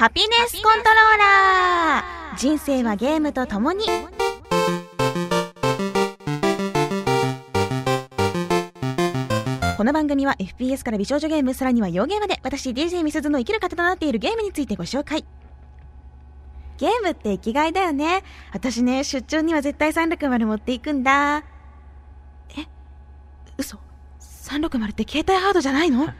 ハピネスコントローラー。人生はゲームとともに。この番組は FPS から美少女ゲーム、さらには洋ゲームまで、私 DJ みすずの生きる糧となっているゲームについてご紹介。ゲームって生きがいだよね。私ね、出張には絶対360持っていくんだ。嘘、360って携帯ハードじゃないの？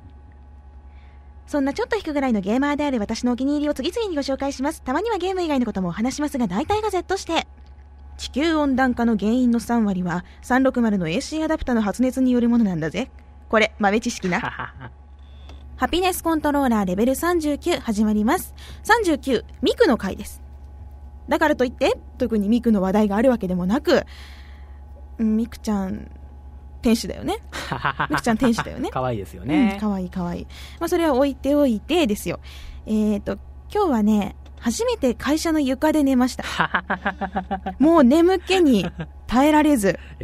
そんなちょっと引くぐらいのゲーマーである私のお気に入りを次々にご紹介します。たまにはゲーム以外のこともお話しますが、大体が Z して。地球温暖化の原因の3割は360の AC アダプタの発熱によるものなんだぜ。これ豆知識な。ハピネスコントローラーレベル39始まります。39、ミクの回です。だからといって特にミクの話題があるわけでもなく、ミクちゃん天使だよね。ミクちゃん天使だよね。 可愛いですよね。 可愛い可愛い。それは置いておいてですよ。今日はね、初めて会社の床で寝ました。もう眠気に耐えられず、こう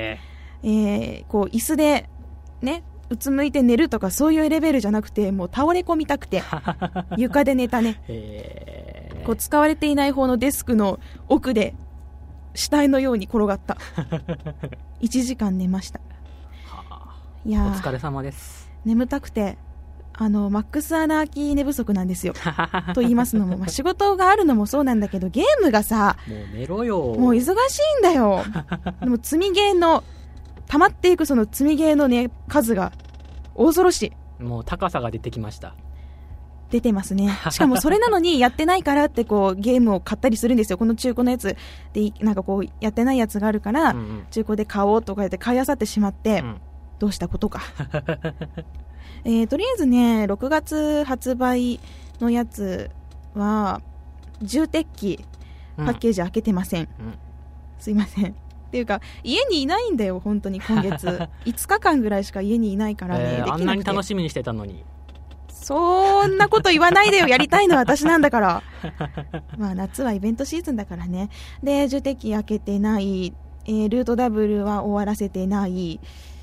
椅子でね、うつむいて寝るとかそういうレベルじゃなくて、もう倒れ込みたくて床で寝たね。こう使われていない方のデスクの奥で死体のように転がった。1時間寝ました。いや、 お疲れ様です。 眠たくてマックスアナーキー寝不足なんですよ。と言いますのも、仕事があるのもそうなんだけど、ゲームがさ、 もう寝ろよ。 もう忙しいんだよ。でも積みゲーの溜まっていくその積みゲーのね、数が恐ろしい。 もう高さが出てきました。 出てますね。しかもそれなのにやってないからってこうゲームを買ったりするんですよ。この中古のやつでなんかこうやってないやつがあるから、中古で買おうとか言って買い漁ってしまって、どうしたことか。とりあえずね、6月発売のやつは重鉄器パッケージ開けてません。すいません。っていうか家にいないんだよ、本当に今月5日間ぐらいしか家にいないからね、できなくて。 あんなに楽しみにしてたのに。 そんなこと言わないでよ。やりたいのは私なんだから。夏はイベントシーズンだからね。で、重鉄器開けてない、ルートダブルは終わらせてない、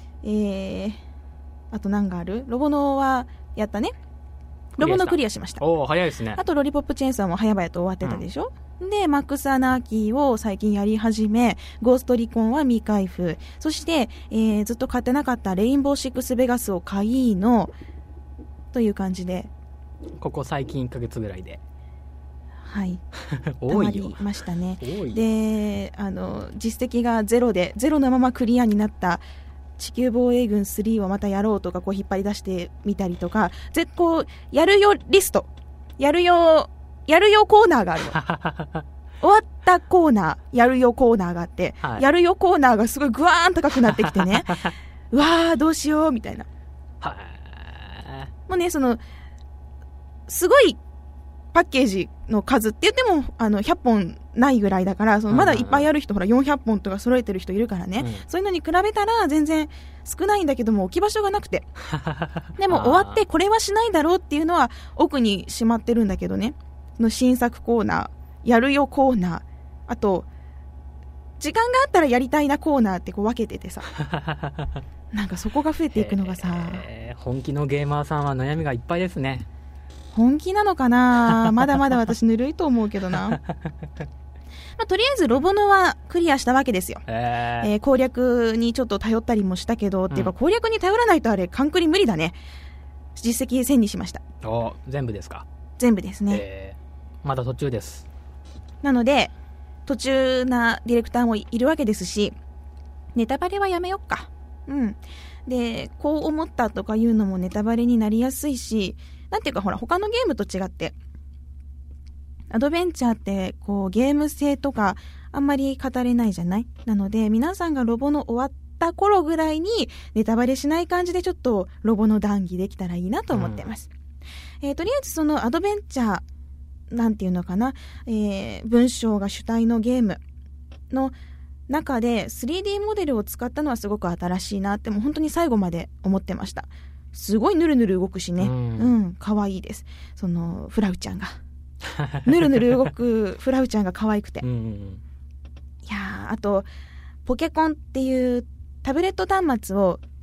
あと何がある？ロボノはやったね。ロボノクリアしました。 おー、早いですね。 あとロリポップチェーンさんも早々と終わってたでしょ、で、マックスアナーキーを最近やり始め、ゴーストリコンは未開封、そして、ずっと買ってなかったレインボーシックスベガスを買いのという感じで、 ここ最近1ヶ月ぐらいで、 はい多いよ。 たまりましたね。 多い。 で、実績がゼロでゼロのままクリアになった地球防衛軍3をまたやろうとか、こう引っ張り出してみたりとか、こうやるよリスト、やるよコーナーがあるの。終わったコーナー、やるよコーナーがあって、やるよコーナーがすごいグワーン高くなってきてね。うわーどうしようみたいな。もうね、すごいパッケージの数って言っても100本ないぐらいだから、まだいっぱいある人、ほら400本とか揃えてる人いるからね、そういうのに比べたら全然少ないんだけども、置き場所がなくて。でも終わってこれはしないだろうっていうのは奥にしまってるんだけどね。の新作コーナー、やるよコーナー、あと時間があったらやりたいなコーナーってこう分けててさ、なんかそこが増えていくのがさ、 本気のゲーマーさんは悩みがいっぱいですね。 本気なのかな。まだまだ私ぬるいと思うけどな。とりあえずロボノはクリアしたわけですよ。攻略にちょっと頼ったりもしたけど、っていうか攻略に頼らないとあれカンクリ無理だね。実績1000にしました。 全部ですか？ 全部ですね。 まだ途中です。 なので途中なディレクターもいるわけですし、ネタバレはやめよっか。で、こう思ったとかいうのもネタバレになりやすいし、なんていうかほら、他のゲームと違ってアドベンチャーってこうゲーム性とかあんまり語れないじゃない。なので皆さんがロボの終わった頃ぐらいにネタバレしない感じでちょっとロボの談義できたらいいなと思ってます。とりあえずそのアドベンチャーなんていうのかな、文章が主体のゲームの中で 3D モデルを使ったのはすごく新しいなって、もう本当に最後まで思ってました。すごいヌルヌル動くしね、可愛いです。そのフラウちゃんがヌルヌル動くフラウちゃんが可愛くて、いやあとポケコンっていうタブレット端末を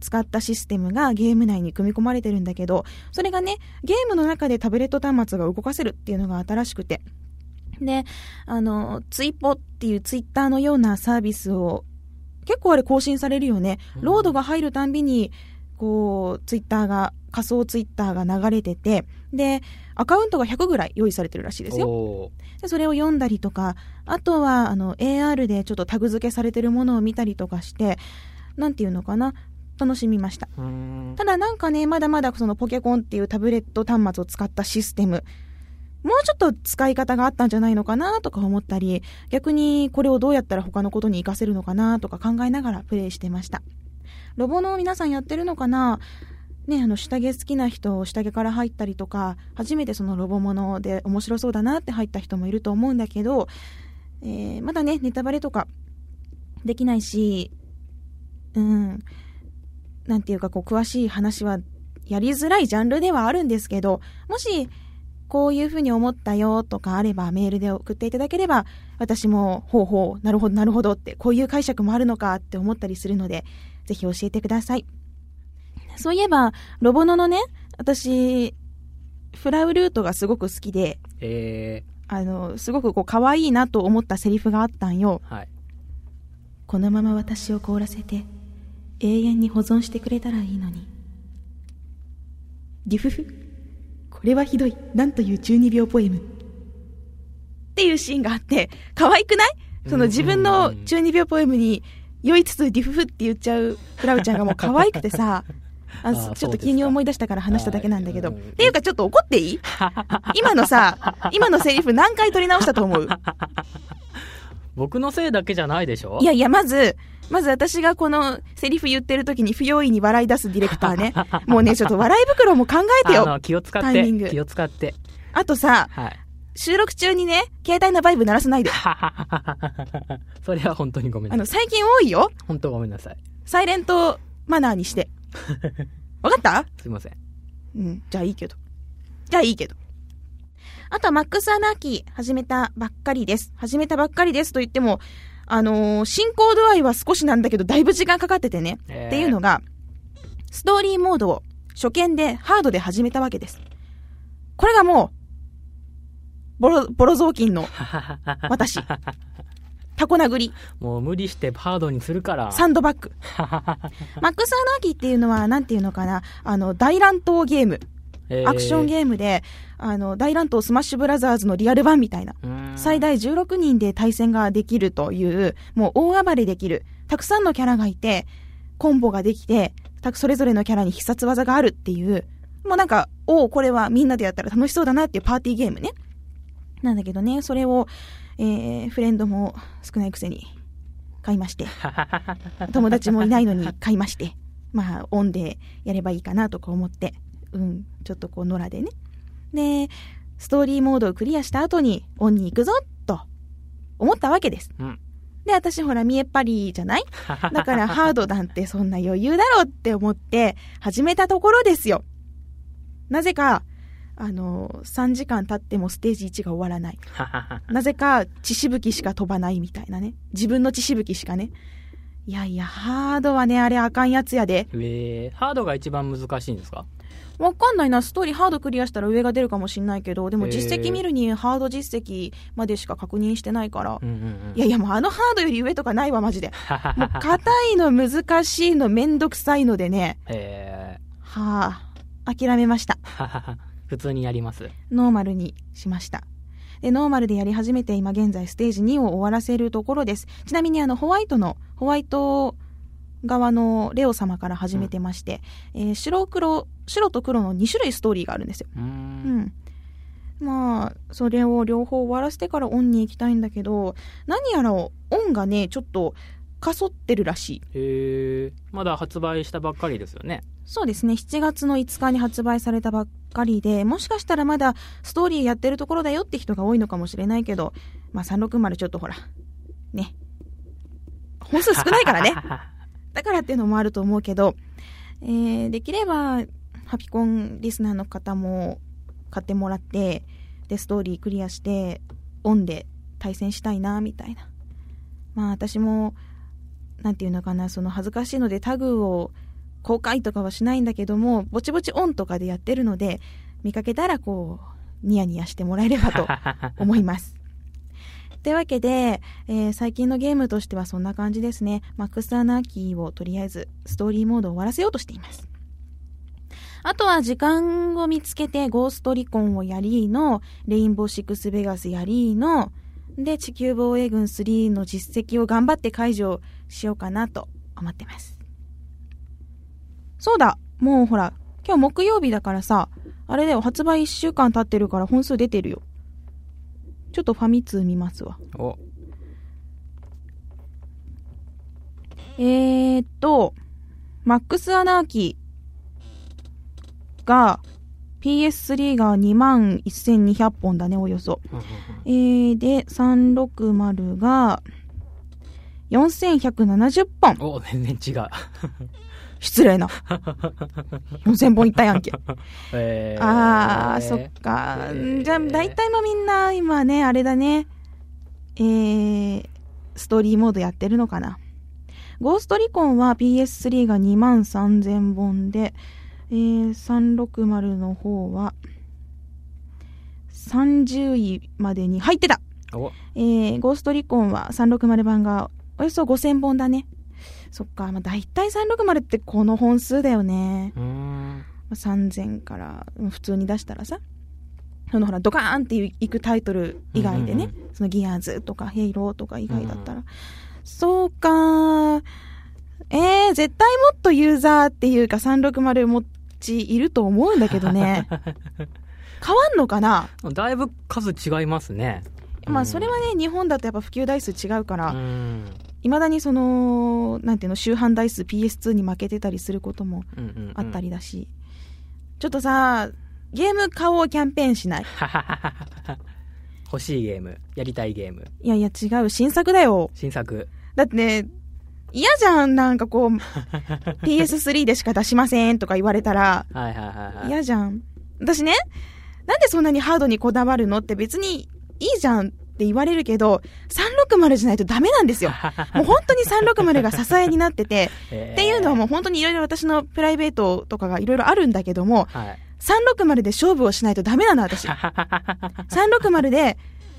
使ったシステムがゲーム内に組み込まれてるんだけど、それがね、ゲームの中でタブレット端末が動かせるっていうのが新しくて、で、ツイポっていうツイッターのようなサービスを結構あれ更新されるよね。ロードが入るたんびにこうツイッターが、仮想ツイッターが流れてて、でアカウントが100ぐらい用意されてるらしいですよ。でそれを読んだりとか、あとはAR でちょっとタグ付けされてるものを見たりとかして、なんていうのかな、楽しみました。ただなんかね、まだまだそのポケコンっていうタブレット端末を使ったシステム、もうちょっと使い方があったんじゃないのかなとか思ったり、逆にこれをどうやったら他のことに活かせるのかなとか考えながらプレイしてました。ロボの皆さんやってるのかなね、下着好きな人、下着から入ったりとか、初めてそのロボもので面白そうだなって入った人もいると思うんだけど、まだね、ネタバレとかできないし、なんていうかこう詳しい話はやりづらいジャンルではあるんですけど、もしこういうふうに思ったよとかあればメールで送っていただければ、私もほうなるほどなるほどって、こういう解釈もあるのかって思ったりするので、ぜひ教えてください。そういえばロボノのね、私フラウルートがすごく好きで、すごくこう可愛いなと思ったセリフがあったんよ、はい、このまま私を凍らせて永遠に保存してくれたらいいのに。ディフフ、これはひどい、なんという12秒ポエムっていうシーンがあって、可愛くない？その自分の12秒ポエムに酔いつつディフフって言っちゃうフラウちゃんがもう可愛くてさちょっと急に思い出したから話しただけなんだけど、っていうかちょっと怒っていい？今のセリフ何回取り直したと思う？ 僕のせいだけじゃないでしょ。 いやいや、まず私がこのセリフ言ってる時に不用意に笑い出すディレクターねもうね、ちょっと笑い袋も考えてよ。 気を使って、 タイミング気を使って。 あとさ、はい、収録中にね、携帯のバイブ鳴らさないでそれは本当にごめんなさい。 最近多いよ。 本当ごめんなさい。 サイレントマナーにしてわかった？ すいません。 じゃあいいけど。あとはマックスアナーキー始めたばっかりですと言っても、進行度合いは少しなんだけどだいぶ時間かかっててね、っていうのがストーリーモードを初見でハードで始めたわけです。これがもうボロ雑巾の私タコ殴り、 もう無理してハードにするからサンドバッグマックスアナーキーっていうのはなんていうのかな、大乱闘ゲーム、アクションゲームで大乱闘スマッシュブラザーズのリアル版みたいな、最大16人で対戦ができるという、もう大暴れできる、たくさんのキャラがいてコンボができて、それぞれのキャラに必殺技があるっていう、もうなんかこれはみんなでやったら楽しそうだなっていうパーティーゲームね、なんだけどね、それを、フレンドも少ないくせに買いまして友達もいないのに買いまして、まあオンでやればいいかなとか思って、ちょっとこう野良でね、でストーリーモードをクリアした後にオンに行くぞと思ったわけです、で私ほら見えっ張りじゃない？だからハードなんてそんな余裕だろうって思って始めたところですよ。なぜか3時間経ってもステージ1が終わらないなぜか血しぶきしか飛ばないみたいなね、自分の血しぶきしかね。いやいや、ハードはね、あれあかんやつやで。 ハードが一番難しいんですか？ わかんないな。ストーリーハードクリアしたら上が出るかもしんないけど、でも実績見るにハード実績までしか確認してないから、いやいや、もうハードより上とかないわマジでもう硬いの難しいのめんどくさいのでね諦めました普通にやります。 ノーマルにしました。でノーマルでやり始めて今現在ステージ2を終わらせるところです。ちなみにホワイト側のレオ様から始めてまして、白と黒の2種類ストーリーがあるんですよ。まあそれを両方終わらせてからオンに行きたいんだけど、何やらオンがねちょっとかそってるらしい。 まだ発売したばっかりですよね。 そうですね、7月の5日に発売されたばっかりで、もしかしたらまだストーリーやってるところだよって人が多いのかもしれないけど、まあ360ちょっとほらね本数少ないからねだからっていうのもあると思うけど、できればハピコンリスナーの方も買ってもらって、でストーリークリアしてオンで対戦したいなみたいな。まあ私もなんていうのかな、その恥ずかしいのでタグを公開とかはしないんだけども、ぼちぼちオンとかでやってるので、見かけたらこうニヤニヤしてもらえればと思いますというわけで、最近のゲームとしてはそんな感じですね。マックスアナーキーをとりあえずストーリーモードを終わらせようとしています。あとは時間を見つけてゴーストリコンをやりの、レインボーシックスベガスやりの、で地球防衛軍3の実績を頑張って解除しようかなと思ってます。そうだ、もうほら今日木曜日だからさ、あれだよ、発売1週間経ってるから本数出てるよ。ちょっとファミ通見ますわ。 お、 マックスアナーキーが PS3 が21,200 本だね、およそ。で360が4,170 本。 お、全然違う。 失礼な。4000本いったやんけ。そっか。じゃあ、大体みんな今ね、あれだね。ストーリーモードやってるのかな。ゴーストリコンは PS3 が23,000 本で、360の方は30位までに入ってた。ゴーストリコンは360版がおよそ5000本だね。そっか、だいたい360ってこの本数だよね。3000から普通に出したらさ、ほらドカーンっていくタイトル以外でね、そのギアーズとかヘイローとか以外だったら、そうか、絶対もっとユーザーっていうか360持ちいると思うんだけどね。変わんのかな。 だいぶ数違いますね。 それはね、日本だとやっぱ普及台数違うから、いまだにそのなんていうの、周販台数 PS2 に負けてたりすることもあったりだし、ちょっとさ、ゲーム買おうキャンペーンしない？ 欲しいゲーム、やりたいゲーム。 いやいや違う、新作だよ。 新作だってね、嫌じゃん、なんかこうPS3 でしか出しませんとか言われたら嫌じゃん。私ね、なんでそんなにハードにこだわるのって別にいいじゃんって言われるけど、360じゃないとダメなんですよ。もう本当に360が支えになってて、っていうのはもう本当にいろいろ私のプライベートとかがいろいろあるんだけども、360で勝負をしないとダメなの、私。360で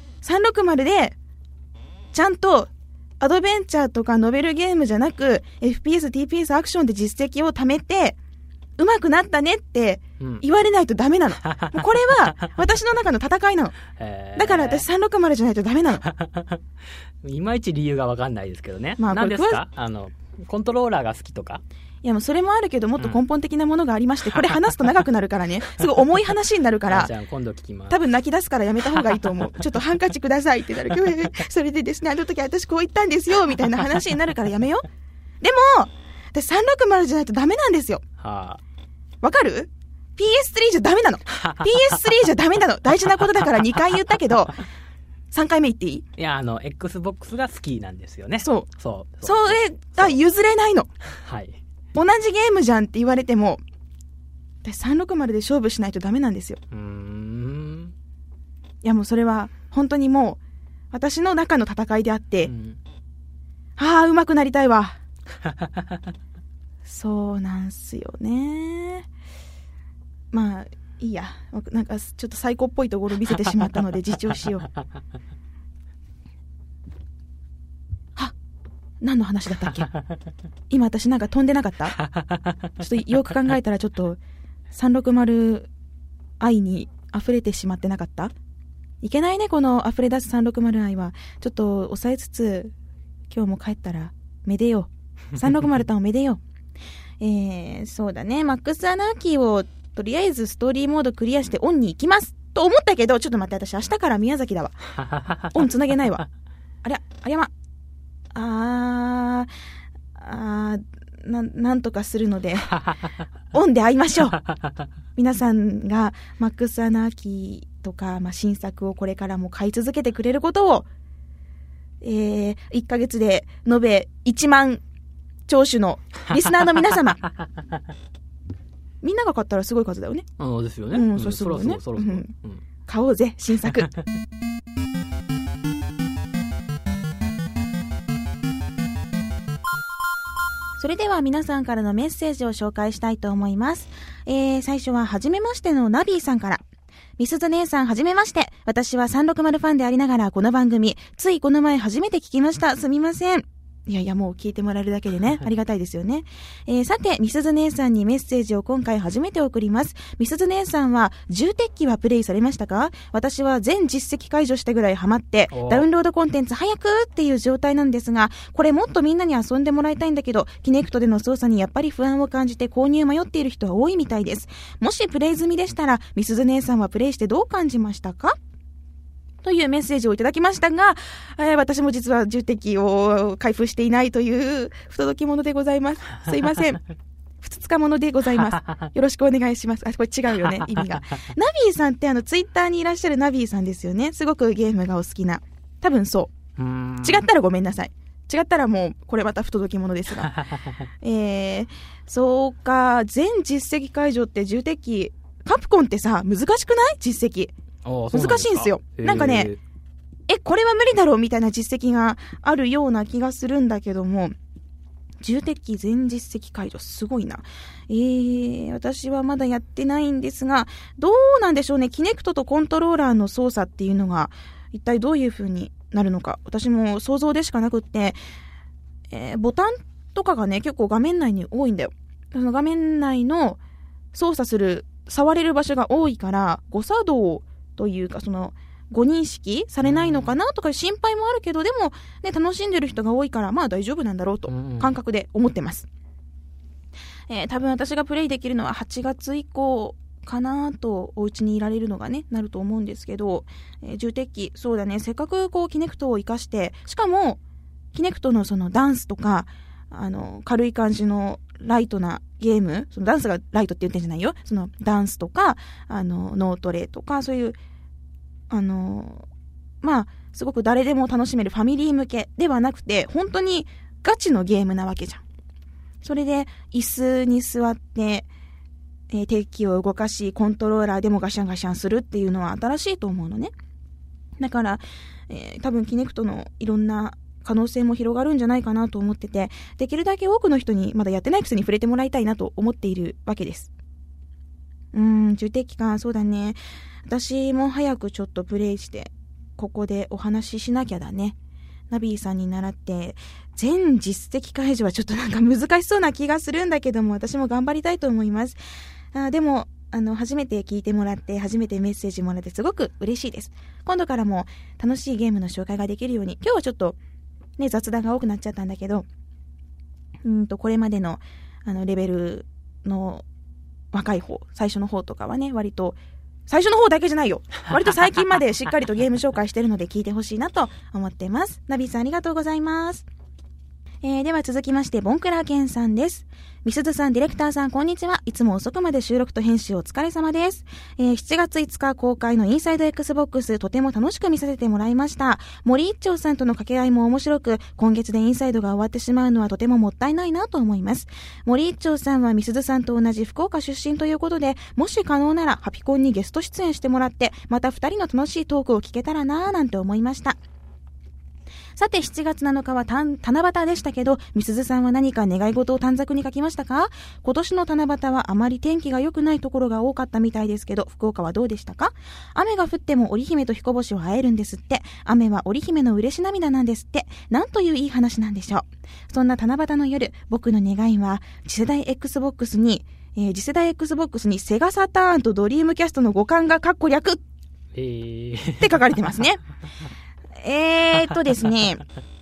ちゃんとアドベンチャーとかノベルゲームじゃなく FPS、TPS アクションで実績を貯めて上手くなったねって言われないとダメなの。もうこれは私の中の戦いなの。だから私360じゃないとダメなの。 いまいち理由が分かんないですけどね。何ですか？コントローラーが好きとか？いや、もうそれもあるけど、もっと根本的なものがありまして、これ話すと長くなるからね、すごい重い話になるからじゃあ今度聞きます。 多分泣き出すからやめた方がいいと思う。ちょっとハンカチくださいってなるけど、それでですね、あの時私こう言ったんですよみたいな話になるからやめよう。でも私360じゃないとダメなんですよ。わかる？ PS3 じゃダメなの。PS3 じゃダメなの。大事なことだから2回言ったけど3回目言っていい？いや、Xbox が好きなんですよね。 それが譲れないの。 はい。 同じゲームじゃんって言われても、私360で勝負しないとダメなんですよ。いや、もうそれは本当にもう私の中の戦いであって、上手くなりたいわ。そうなんすよね。まあいいや、なんかちょっとサイコっぽいところ見せてしまったので自重しよう。何の話だったっけ？今私なんか飛んでなかった？ちょっとよく考えたらちょっと360愛に溢れてしまってなかった？いけないね、この溢れ出す360愛は。ちょっと抑えつつ今日も帰ったらめでよう。360とめでよう。そうだね、マックスアナーキーをとりあえずストーリーモードクリアしてオンに行きますと思ったけど、ちょっと待って、私明日から宮崎だわ。オンつなげないわ。ありゃま。なんとかするのでオンで会いましょう。皆さんがマックスアナーキーとか、新作をこれからも買い続けてくれることを、1ヶ月で延べ1万聴取のリスナーの皆様みんなが買ったらすごい数だよね。 ですよね。 そうすごいね。 そろ買おうぜ、新作。 それでは皆さんからのメッセージを紹介したいと思います。最初は初めましてのナビーさんから。みすず姉さんはじめまして。私は360ファンでありながらこの番組、ついこの前初めて聞きました。すみません。いやいや、もう聞いてもらえるだけでね、ありがたいですよね。さて、みすず姉さんにメッセージを今回初めて送ります。みすず姉さんは、重鉄器はプレイされましたか？私は全実績解除したぐらいハマって、ダウンロードコンテンツ早くっていう状態なんですが、これもっとみんなに遊んでもらいたいんだけど、キネクトでの操作にやっぱり不安を感じて購入迷っている人は多いみたいです。もしプレイ済みでしたら、みすず姉さんはプレイしてどう感じましたか？というメッセージをいただきましたが、私も実は重鉄を開封していないという不届き者でございます。すいません。ふつつか者でございます。よろしくお願いします。これ違うよね、意味が。ナビーさんってツイッターにいらっしゃるナビーさんですよね。すごくゲームがお好きな。多分そう。違ったらごめんなさい。違ったらもう、これまた不届き者ですが。そうか、全実績解除って重鉄カプコンってさ、難しくない？実績。難しいんですよ。なんかね、これは無理だろうみたいな実績があるような気がするんだけども、重鉄全実績解除すごいな。私はまだやってないんですが、どうなんでしょうね。キネクトとコントローラーの操作っていうのが一体どういう風になるのか、私も想像でしかなくって、ボタンとかがね、結構画面内に多いんだよ。その画面内の操作する触れる場所が多いから誤作動というか、その誤認識されないのかなとか心配もあるけど、でもね、楽しんでる人が多いからまあ大丈夫なんだろうと感覚で思ってます。多分私がプレイできるのは8月以降かなと、お家にいられるのがねなると思うんですけど、重鉄器、そうだね、せっかくこうキネクトを活かして、しかもキネクトのそのダンスとか軽い感じのライトなゲーム、そのダンスがライトって言ってんじゃないよ、そのダンスとか脳トレとか、そういうまあすごく誰でも楽しめるファミリー向けではなくて、本当にガチのゲームなわけじゃん。それで椅子に座って鉄器を動かし、コントローラーでもガシャンガシャンするっていうのは新しいと思うのね。だから、多分キネクトのいろんな可能性も広がるんじゃないかなと思ってて、できるだけ多くの人にまだやってないくせに触れてもらいたいなと思っているわけです。重鉄器か、そうだね。私も早くちょっとプレイしてここでお話ししなきゃだね。ナビーさんに習って全実績解除はちょっとなんか難しそうな気がするんだけども、私も頑張りたいと思います。でも初めて聞いてもらって、初めてメッセージもらってすごく嬉しいです。今度からも楽しいゲームの紹介ができるように、今日はちょっとね雑談が多くなっちゃったんだけど、これまでのレベルの若い方、最初の方とかはね、割と最初の方だけじゃないよ、割と最近までしっかりとゲーム紹介してるので聞いてほしいなと思ってます。ナビさんありがとうございます。では続きまして、ボンクラーケンさんです。みすずさん、ディレクターさん、こんにちは。いつも遅くまで収録と編集お疲れ様です。7月5日公開のインサイド Xbox、とても楽しく見させてもらいました。森一丁さんとの掛け合いも面白く、今月でインサイドが終わってしまうのはとてももったいないなと思います。森一丁さんはみすずさんと同じ福岡出身ということで、もし可能ならハピコンにゲスト出演してもらって、また2人の楽しいトークを聞けたらなぁなんて思いました。さて7月7日は七夕でしたけど、みすずさんは何か願い事を短冊に書きましたか？今年の七夕はあまり天気が良くないところが多かったみたいですけど、福岡はどうでしたか？雨が降っても織姫と彦星を会えるんですって。雨は織姫の嬉し涙なんですって。なんといういい話なんでしょう。そんな七夕の夜、僕の願いは次世代 Xbox にセガサターンとドリームキャストの互換がカッコ略って書かれてますね。ですね。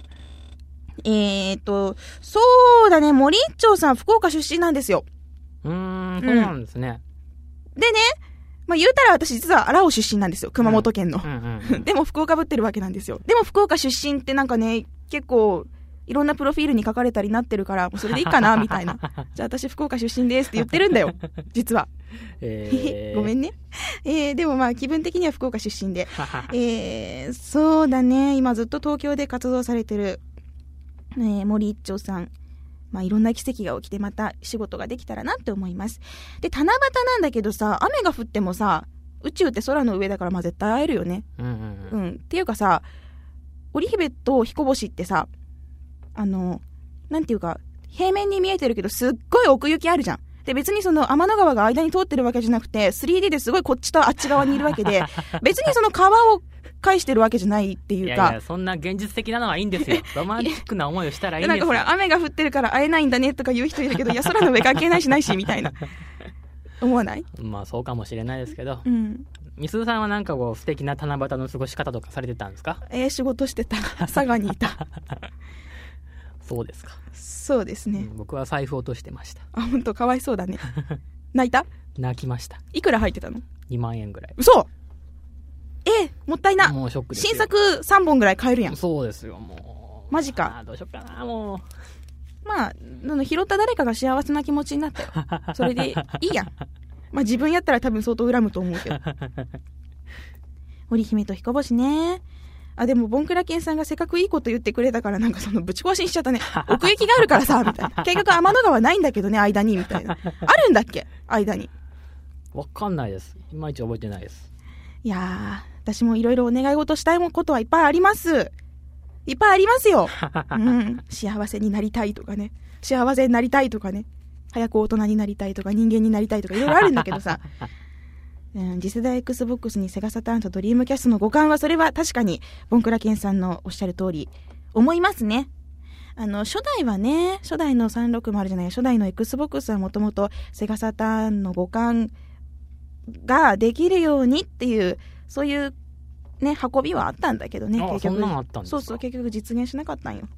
そうだね、森一丁さん、福岡出身なんですよ。 そうなんですね。 でね、言うたら私実は荒尾出身なんですよ。熊本県の。でも福岡ぶってるわけなんですよ。でも福岡出身ってなんかね、結構、いろんなプロフィールに書かれたりなってるから、もうそれでいいかな、みたいな。じゃあ私福岡出身ですって言ってるんだよ。実は。ごめんね。でも気分的には福岡出身で。そうだね。今ずっと東京で活動されてる、森一丁さん。いろんな奇跡が起きてまた仕事ができたらなって思います。で、七夕なんだけどさ、雨が降ってもさ、宇宙って空の上だから絶対会えるよね。っていうかさ、織姫と彦星ってさ、なんていうか、 平面に見えてるけどすっごい奥行きあるじゃん。で別にその天の川が間に通ってるわけじゃなくて 3D ですごいこっちとあっち側にいるわけで別にその川を返してるわけじゃないっていうか、 いやそんな現実的なのはいいんですよ。ロマンチックな思いをしたらいいんですよ。 なんかほら雨が降ってるから会えないんだねとか言う人いるけど、いや空の上関係ないしないしみたいな思わない？ まあそうかもしれないですけど、みすずさんはなんかこう素敵な七夕の過ごし方とかされてたんですか？ 仕事してた。佐賀にいた。 そうですか。 そうですね、 僕は財布落としてました。 あ、本当かわいそうだね。泣いた？ 泣きました。 いくら入ってたの ？2万円ぐらい。 嘘？もったいな。 もうショックですよ。 新作3本ぐらい買えるやん。 そうですよ。もうマジか。 どうしようかな。もうまあ拾った誰かが幸せな気持ちになったよ。それでいいやん。まあ自分やったら多分相当恨むと思うけど。織姫と彦星ね。あ、でもボンクラケンさんがせっかくいいこと言ってくれたからなんかそのぶち壊しにしちゃったね。奥行きがあるからさみたいな。結局天の川ないんだけどね、間にみたいな。あるんだっけ間に。 わかんないです。いまいち覚えてないです。 いやー、私もいろいろお願い事したいことはいっぱいあります。いっぱいありますよ。幸せになりたいとかね。幸せになりたいとかね。早く大人になりたいとか人間になりたいとかいろいろあるんだけどさ。次世代 Xbox にセガサターンとドリームキャストの互換はそれは確かにボンクラケンさんのおっしゃる通り思いますね。初代はね、初代の360じゃない、初代の Xbox はもともとセガサターンの互換ができるようにっていうそういうね運びはあったんだけどね、結局そんなのあったんですか？ そう結局実現しなかったんよ。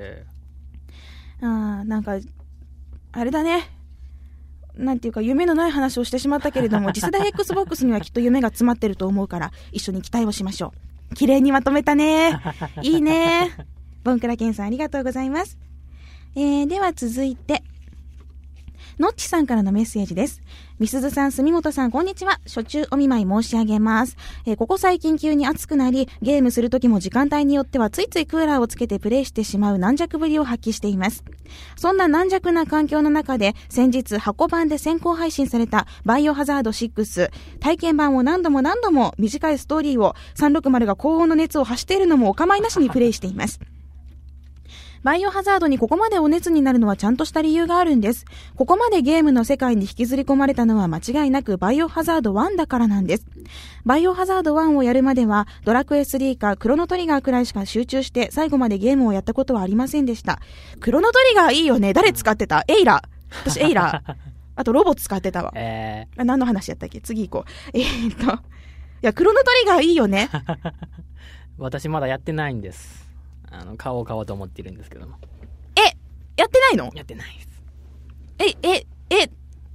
なんかあれだね、なんていうか夢のない話をしてしまったけれども次世代 Xbox にはきっと夢が詰まってると思うから一緒に期待をしましょう。綺麗にまとめたね。いいね。ボンクラケンさんありがとうございます。では続いてのっちさんからのメッセージです。みすずさん、住本さん、こんにちは。初中お見舞い申し上げます。ここ最近急に暑くなり、ゲームするときも時間帯によってはついついクーラーをつけてプレイしてしまう軟弱ぶりを発揮しています。そんな軟弱な環境の中で、先日箱版で先行配信されたバイオハザード6、体験版を何度も短いストーリーを360が高温の熱を発しているのもお構いなしにプレイしています。バイオハザードにここまでお熱になるのはちゃんとした理由があるんです。ここまでゲームの世界に引きずり込まれたのは間違いなくバイオハザード1だからなんです。バイオハザード1をやるまではドラクエ3かクロノトリガーくらいしか集中して最後までゲームをやったことはありませんでした。クロノトリガーいいよね。誰使ってた？エイラ。私エイラ。あとロボ使ってたわ。何の話やったっけ？次行こう。いやクロノトリガーいいよね。 私まだやってないんです。買おうと思っているんですけども。 やってないの？ やってないです。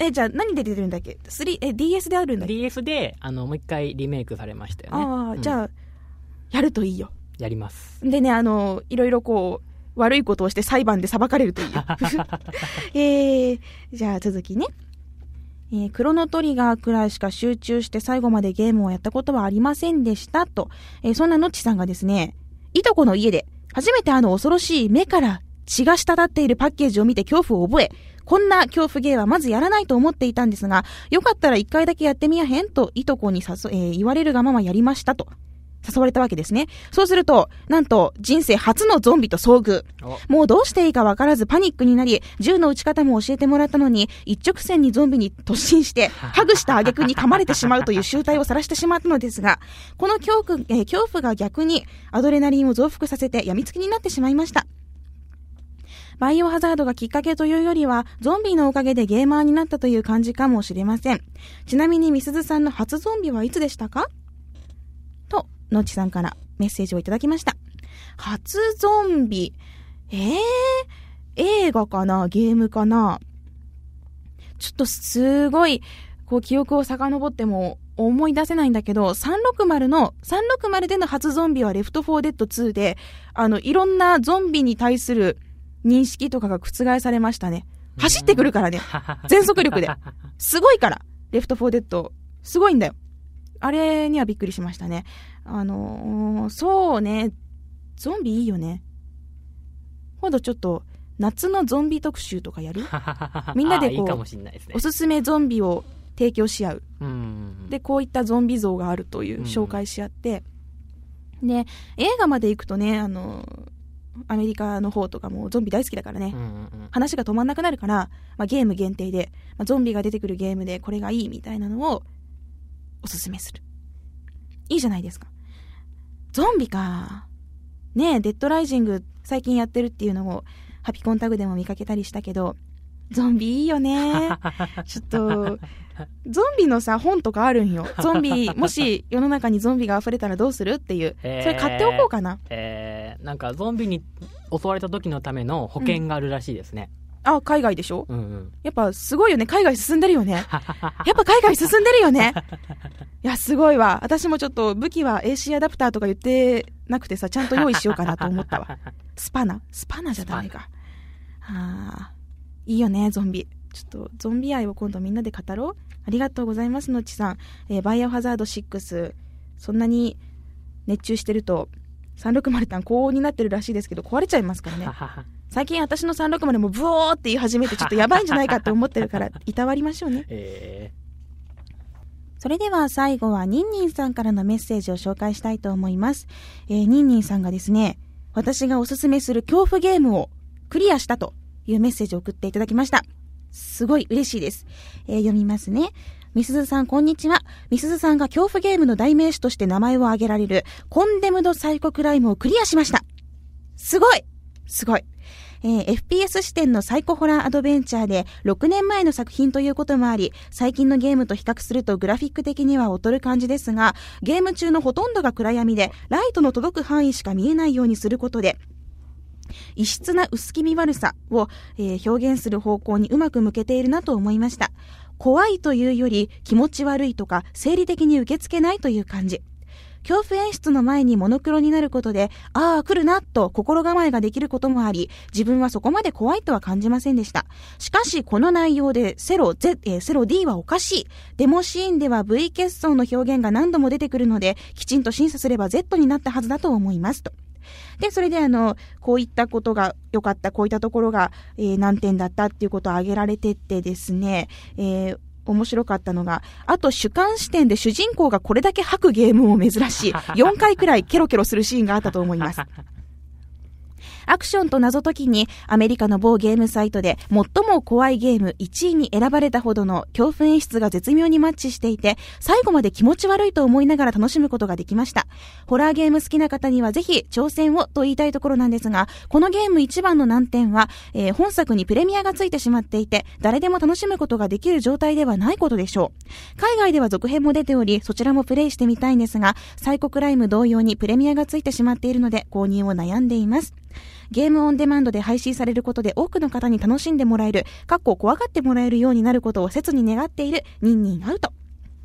じゃあ何で出てるんだっけ？DS であるんだっけ？ DS でもう一回リメイクされましたよね。 じゃあやるといいよ。 やります。 でね、いろいろこう悪いことをして裁判で裁かれるといいよ。じゃあ続きね。クロノトリガーくらいしか集中して最後までゲームをやったことはありませんでしたと。そんなのっちさんがですね、いとこの家で初めて恐ろしい目から血が滴っているパッケージを見て恐怖を覚え、こんな恐怖ゲーはまずやらないと思っていたんですが、よかったら一回だけやってみやへんといとこに言われるがままやりましたと。誘われたわけですね。そうすると、なんと人生初のゾンビと遭遇。もうどうしていいかわからずパニックになり、銃の撃ち方も教えてもらったのに、一直線にゾンビに突進して、ハグした挙句に噛まれてしまうという醜態を晒してしまったのですが、この恐怖が逆にアドレナリンを増幅させて病みつきになってしまいました。バイオハザードがきっかけというよりは、ゾンビのおかげでゲーマーになったという感じかもしれません。ちなみにみすずさんの初ゾンビはいつでしたか？と、のっちさんからメッセージをいただきました。初ゾンビ。映画かな？ゲームかな？ちょっとすごい、記憶を遡っても思い出せないんだけど、360での初ゾンビはレフト4デッド2で、いろんなゾンビに対する認識とかが覆されましたね。走ってくるからね。全速力で。すごいから。レフト4デッド。すごいんだよ。あれにはびっくりしましたね。そうね。ゾンビいいよね。今度ちょっと、夏のゾンビ特集とかやる？みんなでいいかもしれないですね。 おすすめゾンビを提供し合う。で、こういったゾンビ像があるという紹介し合って。で、映画まで行くとね、 アメリカの方とかもゾンビ大好きだからね、話が止まんなくなるから、ゲーム限定で、ゾンビが出てくるゲームでこれがいいみたいなのをおすすめする。いいじゃないですか。ゾンビかねえ、デッドライジング最近やってるっていうのをハピコンタグでも見かけたりしたけど、ゾンビいいよね。ちょっとゾンビのさ本とかあるんよ。ゾンビもし世の中にゾンビが溢れたらどうするっていう、それ買っておこうかな。 なんかゾンビに襲われた時のための保険があるらしいですね。 海外でしょ、やっぱすごいよね。海外進んでるよね。やっぱ海外進んでるよね。いやすごいわ。私もちょっと武器は AC アダプターとか言ってなくてさ、ちゃんと用意しようかなと思ったわ。スパナじゃダメか。いいよねゾンビ。ちょっとゾンビ愛を今度みんなで語ろう。ありがとうございますのちさん。バイオハザード6、そんなに熱中してると360単高温になってるらしいですけど、壊れちゃいますからね。最近私の360もブオーって言い始めて、ちょっとやばいんじゃないかって思ってるからいたわりましょうね。それでは最後はニンニンさんからのメッセージを紹介したいと思います。ニンニンさんがですね、私がおすすめする恐怖ゲームをクリアしたというメッセージを送っていただきました。すごい嬉しいです。読みますね。みすずさんこんにちは。みすずさんが恐怖ゲームの代名詞として名前を挙げられるコンデムドサイコクライムをクリアしました。すごい FPS 視点のサイコホラーアドベンチャーで6年前の作品ということもあり、最近のゲームと比較するとグラフィック的には劣る感じですが、ゲーム中のほとんどが暗闇でライトの届く範囲しか見えないようにすることで、異質な薄気味悪さを、表現する方向にうまく向けているなと思いました。怖いというより気持ち悪いとか生理的に受け付けないという感じ。恐怖演出の前にモノクロになることで、来るなと心構えができることもあり、自分はそこまで怖いとは感じませんでした。しかしこの内容でセロ D はおかしい。デモシーンでは V 欠損の表現が何度も出てくるので、きちんと審査すれば Z になったはずだと思いますと。で、それでこういったことが良かった、こういったところが、何点だったっていうことを挙げられてってですね、面白かったのが、あと主観視点で主人公がこれだけ吐くゲームも珍しい。4回くらいケロケロするシーンがあったと思います。アクションと謎解きにアメリカの某ゲームサイトで最も怖いゲーム1位に選ばれたほどの恐怖演出が絶妙にマッチしていて、最後まで気持ち悪いと思いながら楽しむことができました。ホラーゲーム好きな方にはぜひ挑戦をと言いたいところなんですが、このゲーム一番の難点は、本作にプレミアがついてしまっていて、誰でも楽しむことができる状態ではないことでしょう。海外では続編も出ており、そちらもプレイしてみたいんですが、サイコクライム同様にプレミアがついてしまっているので購入を悩んでいます。ゲームオンデマンドで配信されることで多くの方に楽しんでもらえる、怖がってもらえるようになることを切に願っているニンニンアウト。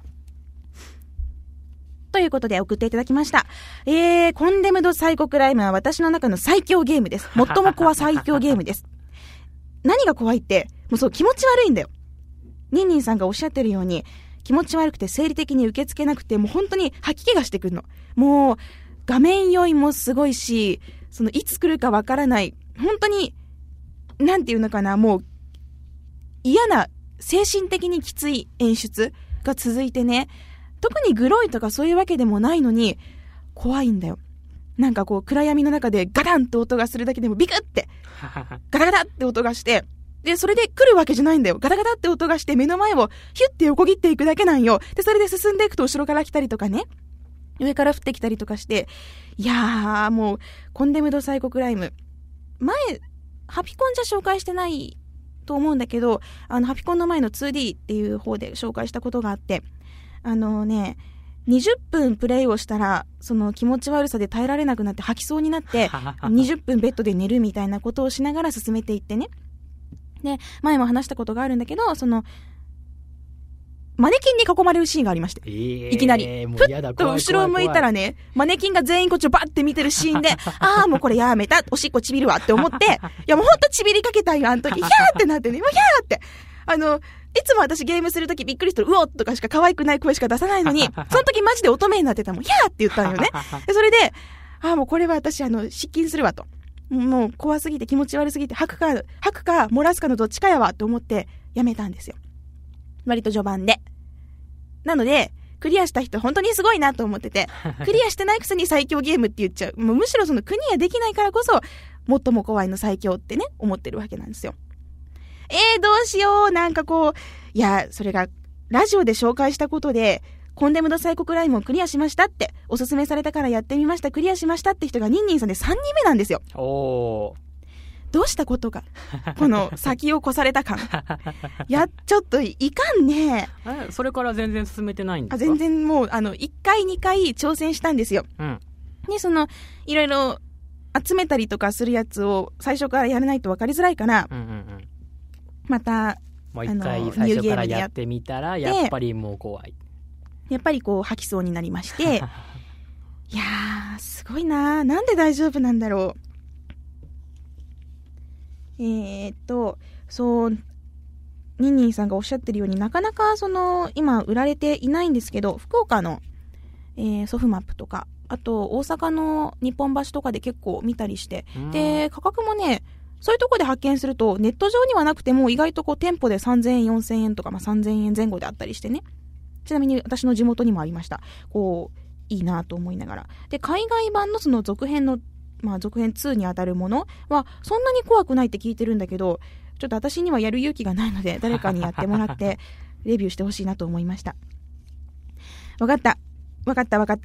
ということで送っていただきました。コンデムドサイコクライムは私の中の最強ゲームです。最も怖最強ゲームです。何が怖いって、もうそう気持ち悪いんだよ。ニンニンさんがおっしゃってるように、気持ち悪くて生理的に受け付けなくて、もう本当に吐き気がしてくるの。もう画面酔いもすごいし、いつ来るかわからない、本当になんていうのかな、もう嫌な精神的にきつい演出が続いてね、特にグロいとかそういうわけでもないのに怖いんだよ。なんか暗闇の中でガタンと音がするだけでもビクってガタガタって音がして、でそれで来るわけじゃないんだよ。ガタガタって音がして目の前をヒュッて横切っていくだけなんよ。でそれで進んでいくと後ろから来たりとかね、上から降ってきたりとかして、いやーもうコンデムドサイコクライム、前ハピコンじゃ紹介してないと思うんだけど、ハピコンの前の 2D っていう方で紹介したことがあって、20分プレイをしたらその気持ち悪さで耐えられなくなって吐きそうになって20分ベッドで寝るみたいなことをしながら進めていってね。で前も話したことがあるんだけど、マネキンに囲まれるシーンがありまして、いきなりふっと後ろを向いたらね、マネキンが全員こっちをバッて見てるシーンでもうこれやめた、おしっこちびるわって思って、いやもうほんとちびりかけたんよ、あの時ヒャーってなってね、もうヒャーって、いつも私ゲームするときびっくりするうおっとかしか可愛くない声しか出さないのに、その時マジで乙女になってたもん、ヒャーって言ったんよね。でそれでもうこれは私失禁するわと、もう怖すぎて気持ち悪すぎて吐くか漏らすかのどっちかやわと思ってやめたんですよ、割と序盤で。なのでクリアした人本当にすごいなと思ってて、クリアしてないくせに最強ゲームって言っちゃう。もうむしろクリアできないからこそ最も怖いの最強ってね、思ってるわけなんですよ。どうしよう、なんかこう、いや、それが、ラジオで紹介したことで、コンデムドサイコクライムをクリアしましたって、おすすめされたからやってみました、クリアしましたって人がニンニンさんで3人目なんですよ。 おー。 どうしたことか。この先を越された感。ちょっといかんね。 それから全然進めてないんですか？ 全然もう、1回2回挑戦したんですよ。 うん。 で、いろいろ集めたりとかするやつを最初からやらないと分かりづらいから、また、 もう一回最初からやってみたら、やっぱりもう怖い。 やっぱりこう吐きそうになりまして、いやー、すごいなー。なんで大丈夫なんだろう。そう、ニンニンさんがおっしゃってるようになかなか今売られていないんですけど、福岡の、ソフマップとか、あと大阪の日本橋とかで結構見たりして、で、価格もね、そういうとこで発見するとネット上にはなくても意外とこう店舗で3000円、4000円とか、3000円前後であったりしてね。ちなみに私の地元にもありました。こう、いいなと思いながら。で、海外版の続編の、続編2に当たるものはそんなに怖くないって聞いてるんだけど、ちょっと私にはやる勇気がないので誰かにやってもらってレビューしてほしいなと思いました。わかった。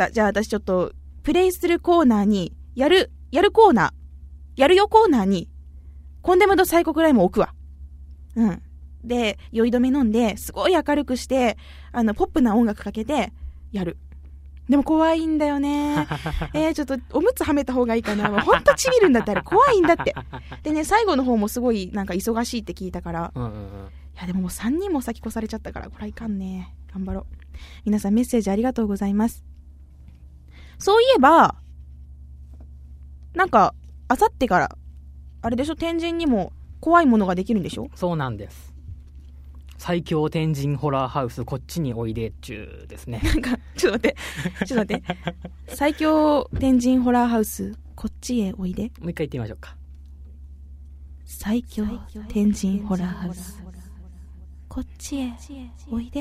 じゃあ私ちょっとプレイするコーナーにやるコーナー、やるよコーナーにコンデムドサイコクライムを置くわ。うん。で、酔い止め飲んで、すごい明るくして、ポップな音楽かけて、やる。でも怖いんだよね。ちょっと、おむつはめた方がいいかな。ほんとちびるんだったら怖いんだって。でね、最後の方もすごい、なんか忙しいって聞いたから。いや、でももう3人も先越されちゃったから、これはいかんね。頑張ろう。皆さんメッセージありがとうございます。そういえば、なんか、あさってから、あれでしょ、天神にも怖いものができるんでしょ？ そうなんです。最強天神ホラーハウスこっちにおいで中ですね。 なんかちょっと待って最強天神ホラーハウスこっちへおいで。 もう一回言ってみましょうか。 最強天神ホラーハウスこっちへおいで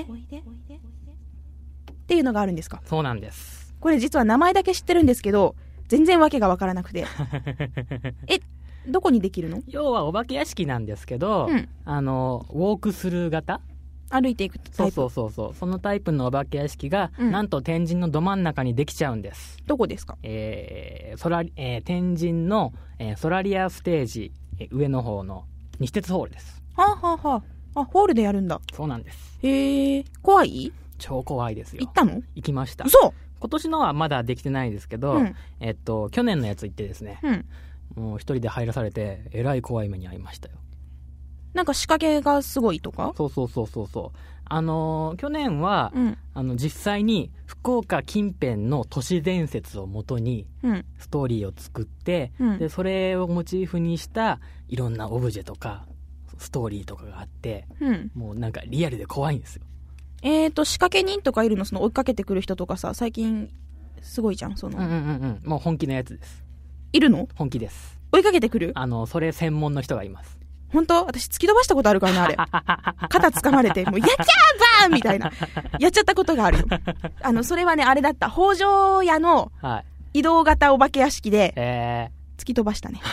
っていうのがあるんですか？ そうなんです。 これ実は名前だけ知ってるんですけど全然わけがわからなくてどこにできるの？ 要はお化け屋敷なんですけど、ウォークスルー型、 歩いていくタイプ。 そうそのタイプのお化け屋敷が、なんと天神のど真ん中にできちゃうんです。 どこですか？ 天神の、ソラリアステージ、上の方の西鉄ホールです。 はあはあはあ。あ、ホールでやるんだ。 そうなんです。 へえ、怖い？ 超怖いですよ。 行ったの？ 行きました。 嘘？ 今年のはまだできてないですけど、去年のやつ行ってですね、もう一人で入らされてえらい怖い目に遭いましたよ。 なんか仕掛けがすごいとか？ そう去年は、実際に福岡近辺の都市伝説をもとにストーリーを作って、でそれをモチーフにしたいろんなオブジェとかストーリーとかがあって、もうなんかリアルで怖いんですよ。 仕掛け人とかいるの？追いかけてくる人とかさ、最近すごいじゃん。 もう本気のやつです。 いるの？ 本気です。 追いかけてくる？ それ専門の人がいます。 本当？私突き飛ばしたことあるからね、あれ。肩掴まれて、もうやっちゃーバーンみたいな。やっちゃったことがあるよ。それはね、あれだった。北条屋の移動型お化け屋敷で、突き飛ばしたね。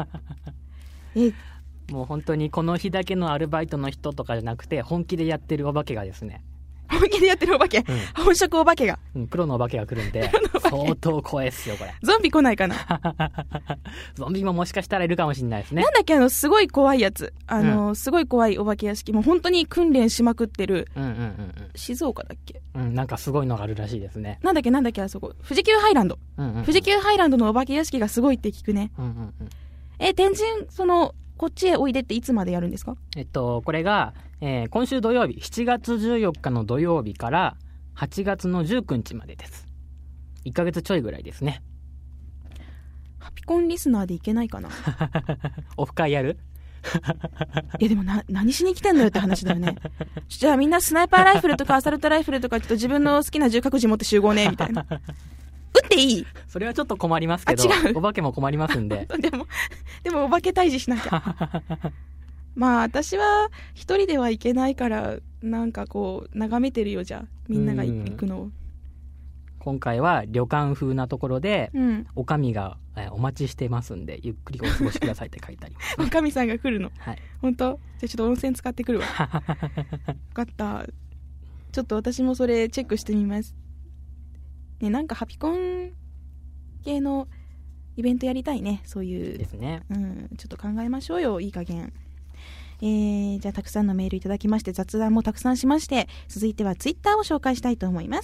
もう本当にこの日だけのアルバイトの人とかじゃなくて、本気でやってるお化けがですね。 本気でやってるお化け、本職お化けが、 プロのお化けが来るんで相当怖いっすよこれ。 ゾンビ来ないかな？ ゾンビももしかしたらいるかもしれないですね。 なんだっけ、すごい怖いやつ、すごい怖いお化け屋敷、もう本当に訓練しまくってる、静岡だっけ、 なんかすごいのがあるらしいですね。 なんだっけあそこ、富士急ハイランド、富士急ハイランドのお化け屋敷がすごいって聞くね。天神こっちへおいでっていつまでやるんですか？ これが、今週土曜日7月14日の土曜日から8月の19日までです。1ヶ月ちょいぐらいですね。 ハピコンリスナーでいけないかな？ オフ会やる？ いやでも何しに来てんのよって話だよね。じゃあみんなスナイパーライフルとかアサルトライフルとかちょっと自分の好きな銃各自持って集合ねみたいな。撃っていい？ それはちょっと困りますけど、お化けも困りますんで。 でもお化け退治しなきゃ。まあ私は一人ではいけないから、なんかこう眺めてるよ、じゃあみんなが行くのを。 今回は旅館風なところで、おかみが、お待ちしてますんでゆっくりお過ごしくださいって書いてありますおかみさんが来るの、 はい、 本当？じゃあちょっと温泉使ってくるわ分かった。ちょっと私もそれチェックしてみますね。なんかハピコン系のイベントやりたいね。そういうですね、 ちょっと考えましょうよ、いい加減。じゃあたくさんのメールいただきまして、雑談もたくさんしまして、続いてはツイッターを紹介したいと思います。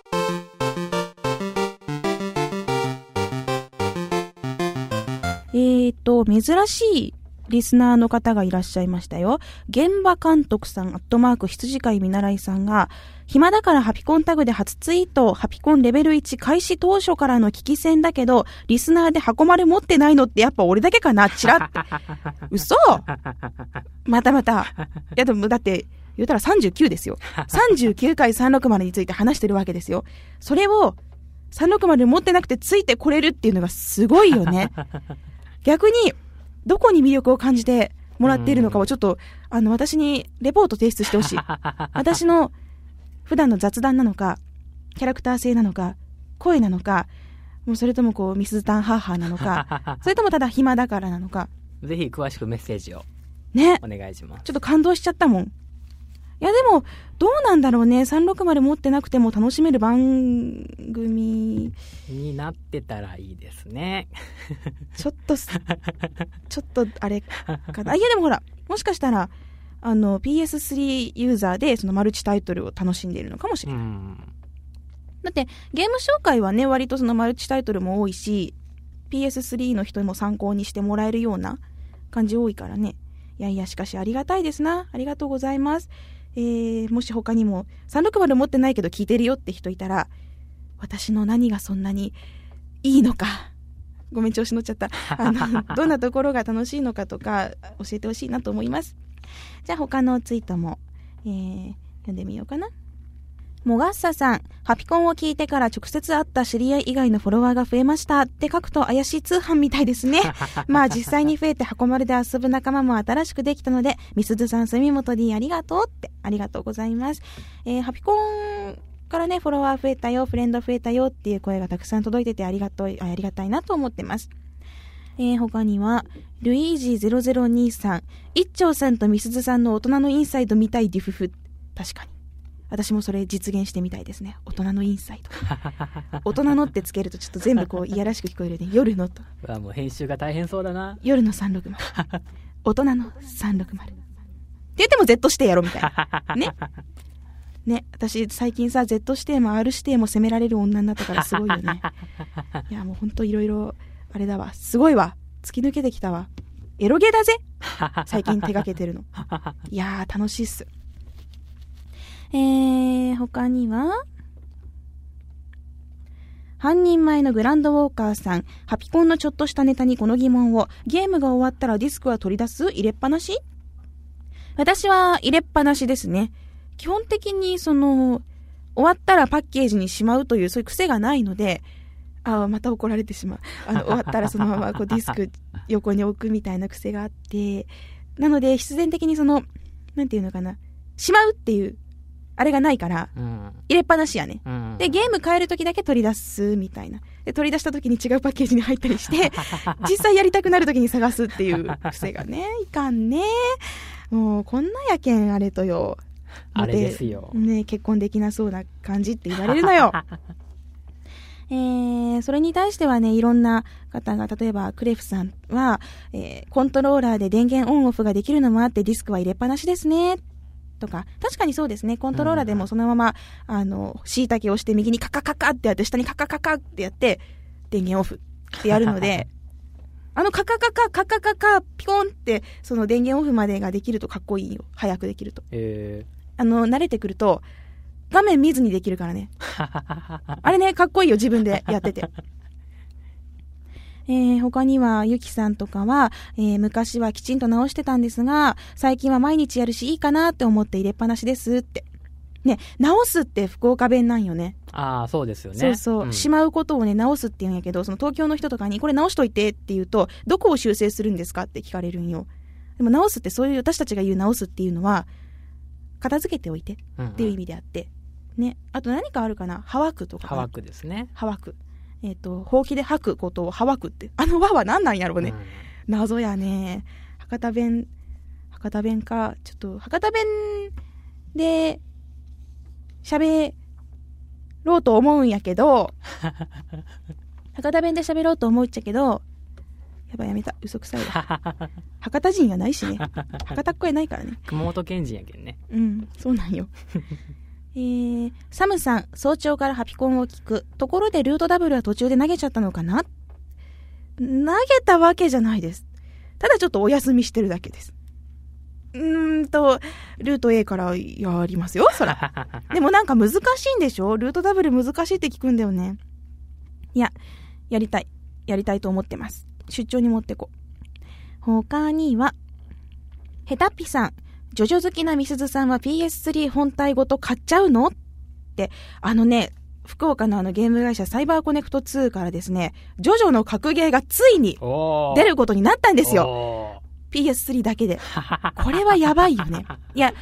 珍しいリスナーの方がいらっしゃいましたよ。現場監督さん、羊飼い見習いさんが、暇だからハピコンタグで初ツイート、ハピコンレベル1開始当初からの聞き戦だけど、リスナーで箱丸持ってないのってやっぱ俺だけかな、チラって。嘘また。いやでもだって、言うたら39ですよ。39回360について話してるわけですよ。それを、360持ってなくてついてこれるっていうのがすごいよね。逆に、どこに魅力を感じてもらっているのかをちょっと、私にレポート提出してほしい。私の普段の雑談なのか、キャラクター性なのか、声なのか、もうそれともこう、ミスズタンハーハーなのか、それともただ暇だからなのか。 ぜひ詳しくメッセージを。 ね。 お願いします。 ちょっと感動しちゃったもん。いやでも、どうなんだろうね。360持ってなくても楽しめる番組になってたらいいですね。 ちょっとあれかな。いやでもほら、もしかしたらPS3 ユーザーでそのマルチタイトルを楽しんでいるのかもしれない。だってゲーム紹介はね、割とそのマルチタイトルも多いし、 PS3 の人も参考にしてもらえるような感じ多いからね。いやしかしありがたいですな。ありがとうございます。もし他にも360持ってないけど聞いてるよって人いたら、私の何がそんなにいいのか、ごめん調子乗っちゃったどんなところが楽しいのかとか教えてほしいなと思います。じゃあ他のツイートも、読んでみようかな。もがっささん、ハピコンを聞いてから直接会った知り合い以外のフォロワーが増えましたって書くと怪しい通販みたいですね。まあ実際に増えて箱丸で遊ぶ仲間も新しくできたので、みすずさん、住本 D ありがとうって、ありがとうございます。ハピコンからね、フォロワー増えたよ、フレンド増えたよっていう声がたくさん届いててありがたいなと思ってます。他には、ルイージ0023、一丁さんとみすずさんの大人のインサイド見たいディフフ。確かに。私もそれ実現してみたいですね。大人のインサイド。大人のってつけるとちょっと全部こういやらしく聞こえるね。夜のと。 もう編集が大変そうだな。 夜の360。大人の360。って言っても Z 指定やろみたいな。ね。ね。私最近さ、Z 指定も R 指定も責められる女になったからすごいよね。いやもうほんといろいろ、あれだわ。すごいわ。突き抜けてきたわ。エロゲだぜ。最近手掛けてるの。いやー楽しいっす。他には、半人前のグランドウォーカーさん、ハピコンのちょっとしたネタにこの疑問を、ゲームが終わったらディスクは取り出す？入れっぱなし？私は入れっぱなしですね。基本的に終わったらパッケージにしまうというそういう癖がないので、また怒られてしまう。終わったらそのままこうディスク横に置くみたいな癖があって、なので必然的になんていうのかな、しまうっていうあれがないから、入れっぱなしやね、でゲーム変えるときだけ取り出すみたいな。で取り出したときに違うパッケージに入ったりして実際やりたくなるときに探すっていう癖がね、いかんね。もうこんなやけんあれとよ、 あれですよね、結婚できなそうな感じって言われるのよ。それに対してはね、いろんな方が、例えばクレフさんは、コントローラーで電源オンオフができるのもあってディスクは入れっぱなしですねとか。確かにそうですね。コントローラーでもそのまま椎茸を押して右にカカカカってやって下にカカカカってやって電源オフってやるのでカカカカカカカカピコンってその電源オフまでができるとかっこいいよ。早くできると。慣れてくると画面見ずにできるからね。あれね、かっこいいよ、自分でやってて。他には、ゆきさんとかは、昔はきちんと直してたんですが、最近は毎日やるしいいかなって思って入れっぱなしですって。ね、直すって福岡弁なんよね。 そうですよね。 そうそう。しまうことをね、直すって言うんやけど、その東京の人とかに、これ直しといてって言うと、どこを修正するんですかって聞かれるんよ。でも直すって、そういう私たちが言う直すっていうのは、片付けておいてっていう意味であって、 ね、あと何かあるかな、はわくとか。 はわくですね。 はわく。ほうきで吐くことをはわくって、あの和は何なんやろうね。謎やね。博多弁か。ちょっと、博多弁で喋ろうと思うんやけど、博多弁で喋ろうと思っちゃけど、やばいやめた、嘘くさいわ。博多人がないしね。博多っ子やないからね。 熊本県人やけんね。 うん、そうなんよ。サムさん、早朝からハピコンを聞く。ところでルートダブルは途中で投げちゃったのかな？投げたわけじゃないです。ただちょっとお休みしてるだけです。ルート A からやりますよ、そら。でもなんか難しいんでしょ？ルートダブル難しいって聞くんだよね。いや、やりたいと思ってます。出張に持ってこ。他には、ヘタッピさん、ジョジョ好きなみすずさんは PS3 本体ごと買っちゃうのって、福岡のゲーム会社サイバーコネクト2からですね、ジョジョの格ゲーがついに出ることになったんですよ。PS3 だけで。これはやばいよね。いや、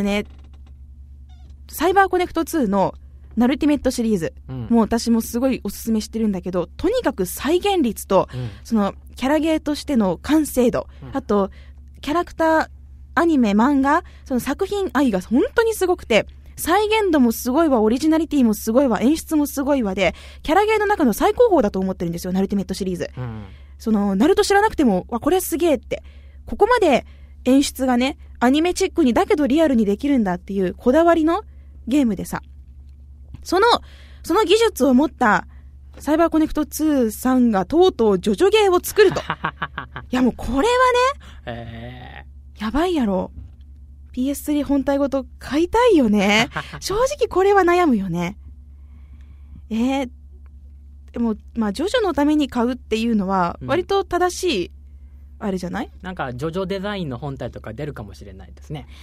サイバーコネクト2のナルティメットシリーズ、もう私もすごいおすすめしてるんだけど、とにかく再現率と、そのキャラゲーとしての完成度、あとキャラクター、アニメ、漫画、その作品愛が本当にすごくて、再現度もすごいわ、オリジナリティもすごいわ、演出もすごいわで、キャラゲーの中の最高峰だと思ってるんですよ、ナルティメットシリーズ。そのナルト知らなくても、これすげえって、ここまで演出がね、アニメチックにだけどリアルにできるんだっていうこだわりのゲームでさ、その技術を持ったサイバーコネクト2さんがとうとうジョジョゲーを作ると。いやもうこれはね、やばいやろ。PS3 本体ごと買いたいよね。正直これは悩むよね。でも、ジョジョのために買うっていうのは、割と正しい、あれじゃない？ なんか、ジョジョデザインの本体とか出るかもしれないですね。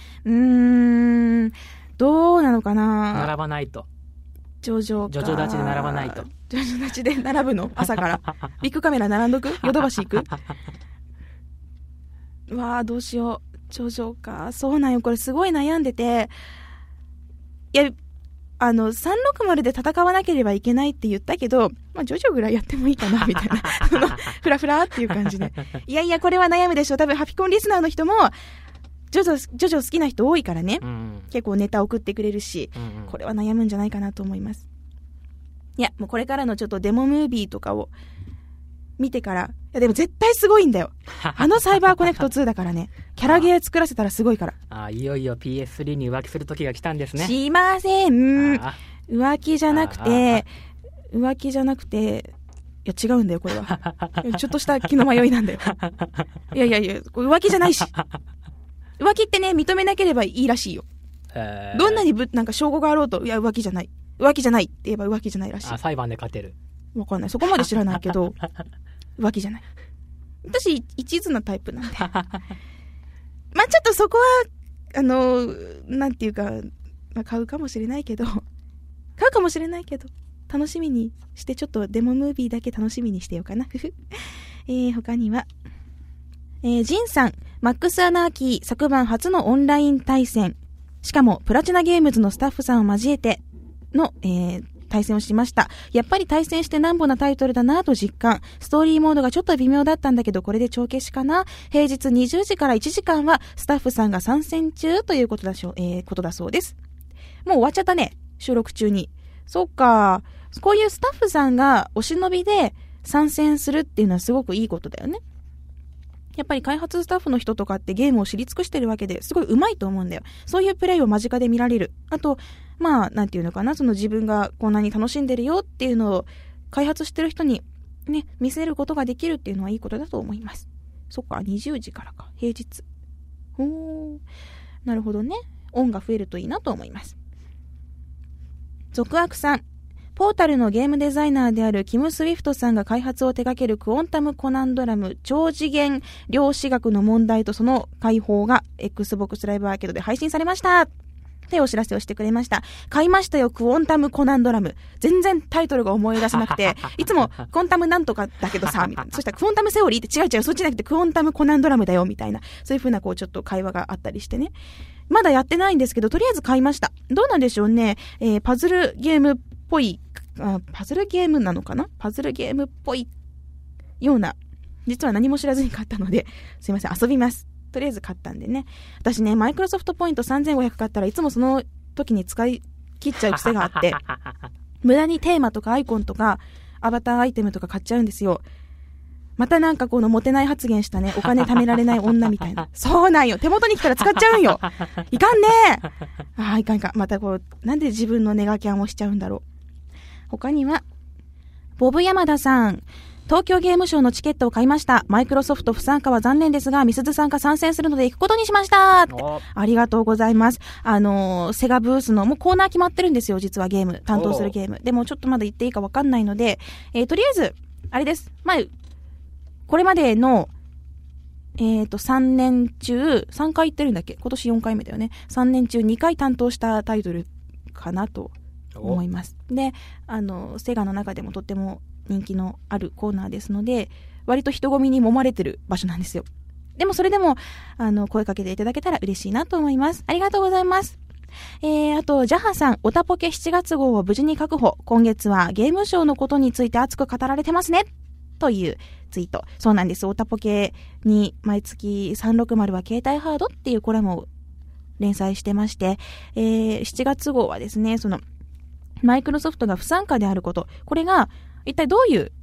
どうなのかな？ 並ばないと。 ジョジョ立ちで並ばないと。 ジョジョ立ちで並ぶの？朝から。ビッグカメラ並んどく？ヨドバシ行く？わあ、どうしよう。ジョジョか。そうなんよ。これすごい悩んでて。いや、360で戦わなければいけないって言ったけど、ジョジョぐらいやってもいいかな、みたいな。フラフラっていう感じで。いやいや、これは悩むでしょ。多分、ハピコンリスナーの人も、ジョジョ好きな人多いからね。結構ネタ送ってくれるし、これは悩むんじゃないかなと思います。いや、もうこれからのちょっとデモムービーとかを見てから、いやでも絶対すごいんだよ。サイバーコネクト2だからね。キャラゲー作らせたらすごいから。 いよいよ PS3 に浮気する時が来たんですね。 しません。浮気じゃなくて、いや違うんだよ、これは。ちょっとした気の迷いなんだよ。いや、浮気じゃないし。浮気ってね、認めなければいいらしいよ。どんなになんか証拠があろうと、いや、浮気じゃないって言えば浮気じゃないらしい。 裁判で勝てる。 わかんない。そこまで知らないけど、浮気じゃない。私、一途なタイプなんで。ちょっとそこは、なんていうか、買うかもしれないけど、楽しみにして、ちょっとデモムービーだけ楽しみにしてようかな。他には、ジンさん、マックスアナーキー昨晩初のオンライン対戦。しかも、プラチナゲームズのスタッフさんを交えての、対戦をしました。やっぱり対戦してなんぼなタイトルだなぁと実感。ストーリーモードがちょっと微妙だったんだけど、これで帳消しかな。平日20時から1時間はスタッフさんが参戦中ということだそうです。もう終わっちゃったね。収録中に。そっか。こういうスタッフさんがお忍びで参戦するっていうのはすごくいいことだよね。やっぱり開発スタッフの人とかってゲームを知り尽くしてるわけですごい上手いと思うんだよ。そういうプレイを間近で見られる。あと、なんていうのかな、その自分がこんなに楽しんでるよっていうのを開発してる人にね、見せることができるっていうのはいいことだと思います。そっか、20時からか、平日。なるほどね。オンが増えるといいなと思います。続悪さん。ポータルのゲームデザイナーであるキム・スウィフトさんが開発を手掛けるクォンタム・コナンドラム超次元量子学の問題とその解放が Xbox ライブアーケードで配信されましたってお知らせをしてくれました。買いましたよ、クォンタム・コナンドラム。全然タイトルが思い出せなくて、いつもクォンタムなんとかだけどさ、みたいな。そしたらクォンタムセオリーって違う、そっちじゃなくてクォンタム・コナンドラムだよ、みたいな。そういう風なちょっと会話があったりしてね。 まだやってないんですけど、とりあえず買いました。どうなんでしょうね。パズルゲームっぽい、パズルゲームなのかな？パズルゲームっぽいような、実は何も知らずに買ったので、すいません、遊びます。とりあえず買ったんでね。私ね、マイクロソフトポイント3500買ったらいつもその時に使い切っちゃう癖があって、無駄にテーマとかアイコンとかアバターアイテムとか買っちゃうんですよ。またなんかこのモテない発言したね、お金貯められない女みたいな。そうなんよ。手元に来たら使っちゃうんよ。いかんねー。いかん。またこう、なんで自分のネガキャンをしちゃうんだろう。他には、ボブ山田さん。東京ゲームショウのチケットを買いました。マイクロソフト不参加は残念ですが、みすずさんが参戦するので行くことにしましたって。ありがとうございます。セガブースの、もうコーナー決まってるんですよ、実はゲーム。担当するゲーム。でもちょっとまだ言っていいかわかんないので、とりあえず、あれです。これまでの、3年中、3回行ってるんだっけ？今年4回目だよね。3年中2回担当したタイトルかなと思います。で、セガの中でもとっても人気のあるコーナーですので、割と人混みに揉まれてる場所なんですよ。でもそれでも、声かけていただけたら嬉しいなと思います。ありがとうございます。あと、ジャハさん、オタポケ7月号を無事に確保。今月はゲームショウのことについて熱く語られてますね。というツイート。そうなんです。オタポケに毎月360は携帯ハードっていうコラムを連載してまして、7月号はですね、その、マイクロソフトが不参加であること。これが、一体どういう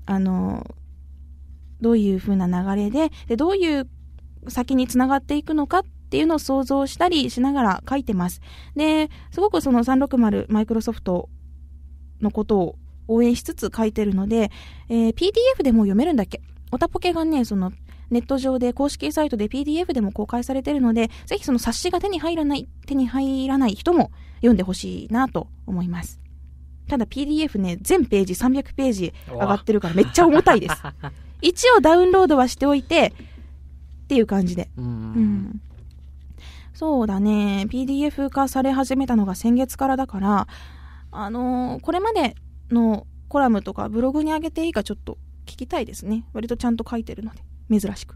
風な流れで、どういう先に繋がっていくのかっていうのを想像したりしながら書いてます。で、すごくその360マイクロソフトのことを応援しつつ書いてるので、PDF でも読めるんだっけ？オタポケがね、そのネット上で公式サイトで PDF でも公開されてるので、ぜひその冊子が手に入らない人も読んでほしいなと思います。ただ PDF ね、全ページ300ページ上がってるからめっちゃ重たいです。一応ダウンロードはしておいてっていう感じで。そうだね、PDF 化され始めたのが先月からだから、これまでのコラムとかブログに上げていいかちょっと聞きたいですね。割とちゃんと書いてるので、珍しく。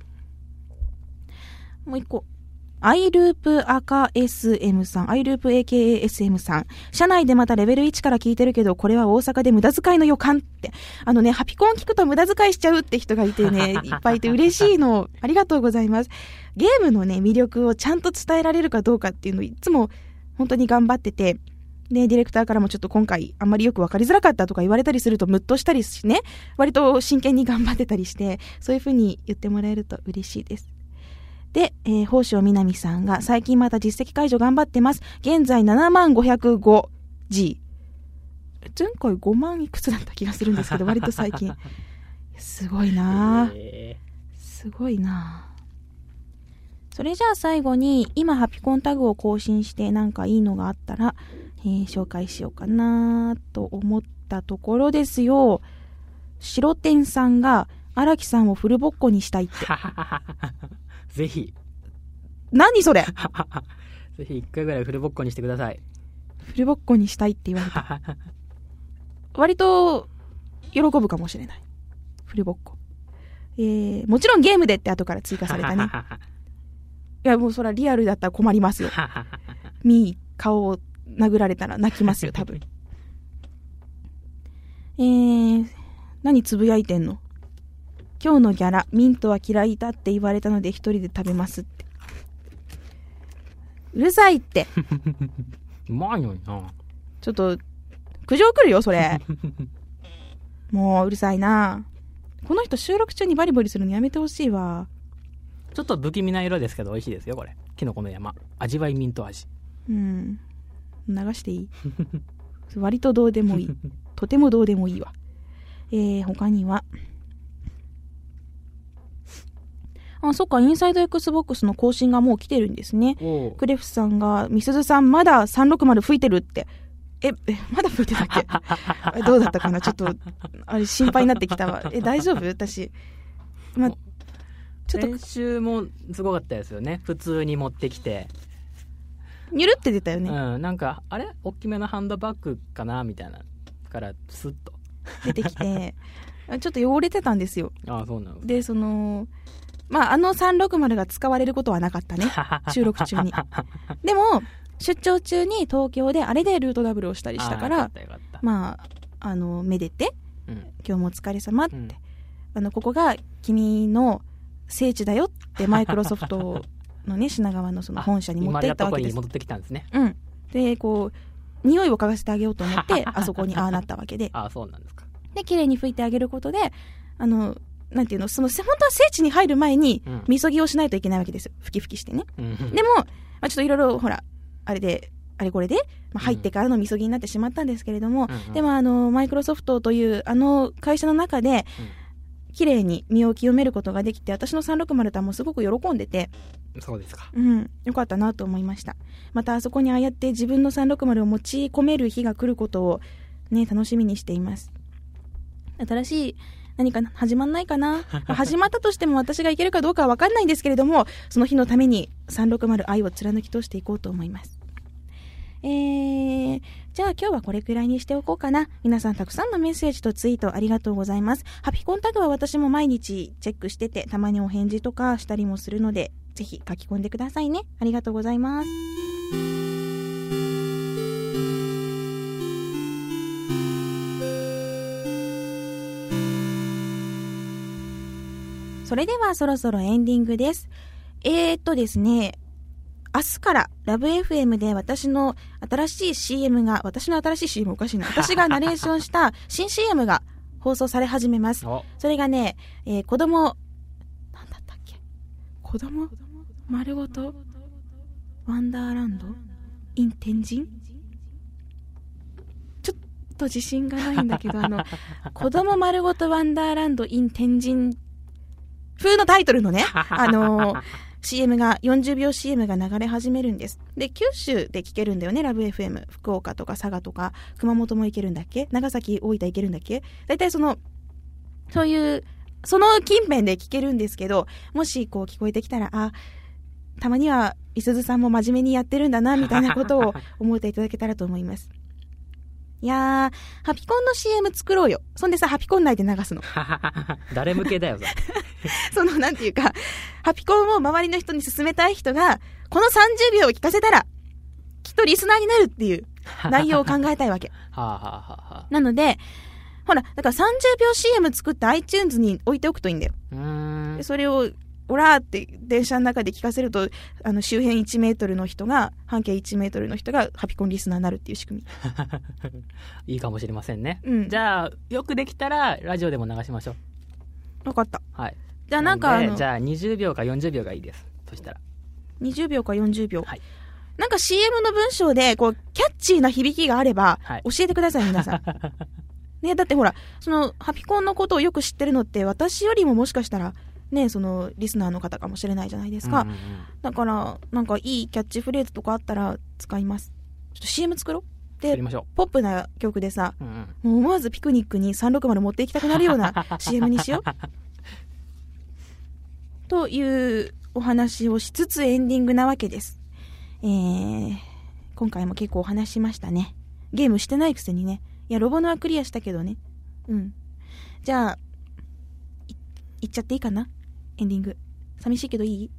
もう一個。iLoop 赤 SM さん、iLoop AKASM さん。社内でまたレベル1から聞いてるけど、これは大阪で無駄遣いの予感って。ハピコン聞くと無駄遣いしちゃうって人がいてね、いっぱいいて嬉しいの。ありがとうございます。ゲームのね、魅力をちゃんと伝えられるかどうかっていうのをいつも本当に頑張ってて、で、ディレクターからもちょっと今回あんまりよくわかりづらかったとか言われたりするとムッとしたりしね、割と真剣に頑張ってたりして、そういう風に言ってもらえると嬉しいです。で、宝生みなみさんが最近また実績解除頑張ってます。現在7505G。前回5万いくつだった気がするんですけど、割と最近。すごいなぁ。すごいなぁ。それじゃあ最後に、今ハピコンタグを更新してなんかいいのがあったら、紹介しようかなと思ったところですよ。白天さんが荒木さんをフルボッコにしたいって。 ぜひ。 何それぜひ一回ぐらいフルボッコにしてください。 フルボッコにしたいって言われた。割と喜ぶかもしれない。フルボッコ。もちろんゲームでって後から追加されたね。いやもうそらリアルだったら困りますよ。顔を殴られたら泣きますよ多分。何つぶやいてんの？今日のギャラミントは嫌いだって言われたので一人で食べますって。うるさいって。 うまいのにな。 ちょっと苦情来るよそれ。もううるさいな。この人収録中にバリバリするのやめてほしいわ。 ちょっと不気味な色ですけど美味しいですよこれ。キノコの山味わいミント味。 流していい？割とどうでもいい。とてもどうでもいいわ。他にはそっか、インサイド Xbox の更新がもう来てるんですね。クレフさんが、みすずさんまだ360吹いてるって。まだ吹いてたっけ？どうだったかな？ちょっと、あれ心配になってきたわ。大丈夫？私。ちょっと。 先週もすごかったですよね。普通に持ってきて。 ニュルって出たよね。 なんか、あれ？大きめのハンドバッグかなみたいな。からスッと。 出てきて、ちょっと汚れてたんですよ。 そうなの。 で、 まあ、360が使われることはなかったね。収録中に。でも、出張中に東京であれでルートダブルをしたりしたから、まあ、めでて、今日もお疲れ様って、ここが君の聖地だよってマイクロソフトのね、品川のその本社に持って行ったわけです。 戻ってきたんですね。 うん。で、こう、匂いを嗅がせてあげようと思って、あそこになったわけで。 そうなんですか。で、 綺麗に拭いてあげることで、なんていうの、本当は聖地に入る前に、みそぎをしないといけないわけですよ。ふきふきしてね。でも、ちょっといろいろ、ほら、あれこれで、入ってからのみそぎになってしまったんですけれども、でもマイクロソフトという会社の中で、綺麗に身を清めることができて、私の360とはもうすごく喜んでて、 そうですか。 よかったなと思いました。またあそこにああやって自分の360を持ち込める日が来ることをね、楽しみにしています。新しい何か始まんないかな始まったとしても私がいけるかどうかは分かんないんですけれども、その日のために360愛を貫き通していこうと思います。じゃあ今日はこれくらいにしておこうかな。皆さんたくさんのメッセージとツイートありがとうございます。ハピコンタグは私も毎日チェックしてて、たまにお返事とかしたりもするので、ぜひ書き込んでくださいね。ありがとうございます。それではそろそろエンディングです。ですね、明日からラブ FM で私の新しい CM おかしいな。私がナレーションした新 CM が放送され始めます。それがね、なんだったっけ？子供丸ごとワンダーランド in 天神？ちょっと自信がないんだけど、子供丸ごとワンダーランド in 天神風のタイトルのね、CM が、40秒 CM が流れ始めるんです。で、九州で聴けるんだよね、ラブ FM。福岡とか佐賀とか、熊本も行けるんだっけ？長崎、大分行けるんだっけ？だいたいそういう、その近辺で聴けるんですけど、もしこう聞こえてきたら、たまには、いすずさんも真面目にやってるんだな、みたいなことを思っていただけたらと思います。いやー、ハピコンの CM 作ろうよ。そんでさ、ハピコン内で流すの。 誰向けだよ、 なんていうか、ハピコンを周りの人に勧めたい人が、この30秒を聞かせたら、きっとリスナーになるっていう内容を考えたいわけ。なので、ほら、だから30秒 CM 作って iTunes に置いておくといいんだよ。でそれを、オラーって電車の中で聞かせると、周辺1メートルの人が、半径1メートルの人がハピコンリスナーになるっていう仕組み。いいかもしれませんね。じゃあ、よくできたら、ラジオでも流しましょう。 わかった。 はい。 じゃあなんかじゃあ20秒か40秒がいいです。そしたら。 20秒か40秒。 はい。 なんか CM の文章で、こう、キャッチーな響きがあれば、教えてください、皆さん。ね、だってほら、ハピコンのことをよく知ってるのって、私よりももしかしたら、ね、リスナーの方かもしれないじゃないですか。だから、なんかいいキャッチフレーズとかあったら使います。ちょっと CM 作ろう。で、ポップな曲でさ、もう思わずピクニックに360持っていきたくなるような CM にしよう。というお話をしつつエンディングなわけです。今回も結構お話しましたね。ゲームしてないくせにね。いや、ロボノはクリアしたけどね。じゃあ、いっちゃっていいかな？エンディング。寂しいけどいい？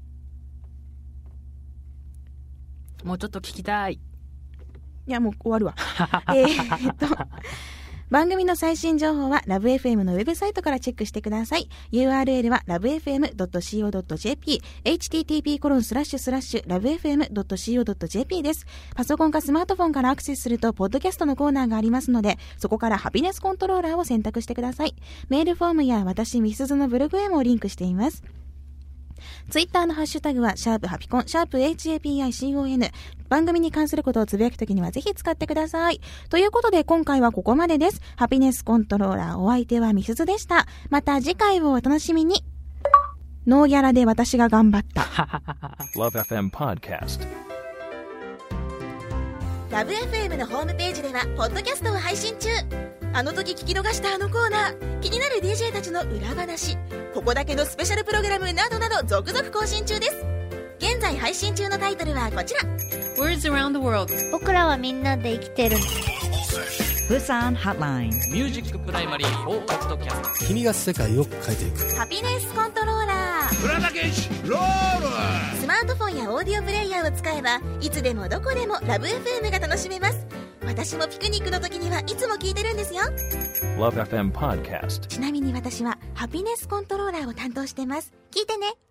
もうちょっと聞きたい。 いや、もう終わるわ。番組の最新情報はラブ FM のウェブサイトからチェックしてください。URL は lovefm.co.jp http://lovefm.co.jp です。パソコンかスマートフォンからアクセスするとポッドキャストのコーナーがありますので、そこからハピネスコントローラーを選択してください。メールフォームや私みすずのブログへもリンクしています。ツイッターのハッシュタグはシャープハピコン、シャープ HAPICON。番組に関することをつぶやくときにはぜひ使ってください。ということで今回はここまでです。ハピネスコントローラー、お相手はみすずでした。また次回をお楽しみに。ノーギャラで私が頑張った。 Love FM Podcast。 ラブ FM のホームページではポッドキャストを配信中。あの時聞き逃したあのコーナー、気になる DJ たちの裏話、ここだけのスペシャルプログラムなどなど続々更新中です。現在配信中のタイトルはこちら。 Words Around the World。 僕らはみんなで生きてる。 Busan Hotline。 ミュージックプライマリー4ポッドキャスト。 君が世界を変えていく。 ハピネスコントローラー。 浦田健志ロール。 スマートフォンやオーディオプレイヤーを使えばいつでもどこでもラブ FM が楽しめます。私もピクニックの時にはいつも聞いてるんですよ。 Love FM Podcast。 ちなみに私はハピネスコントローラーを担当してます。聞いてね。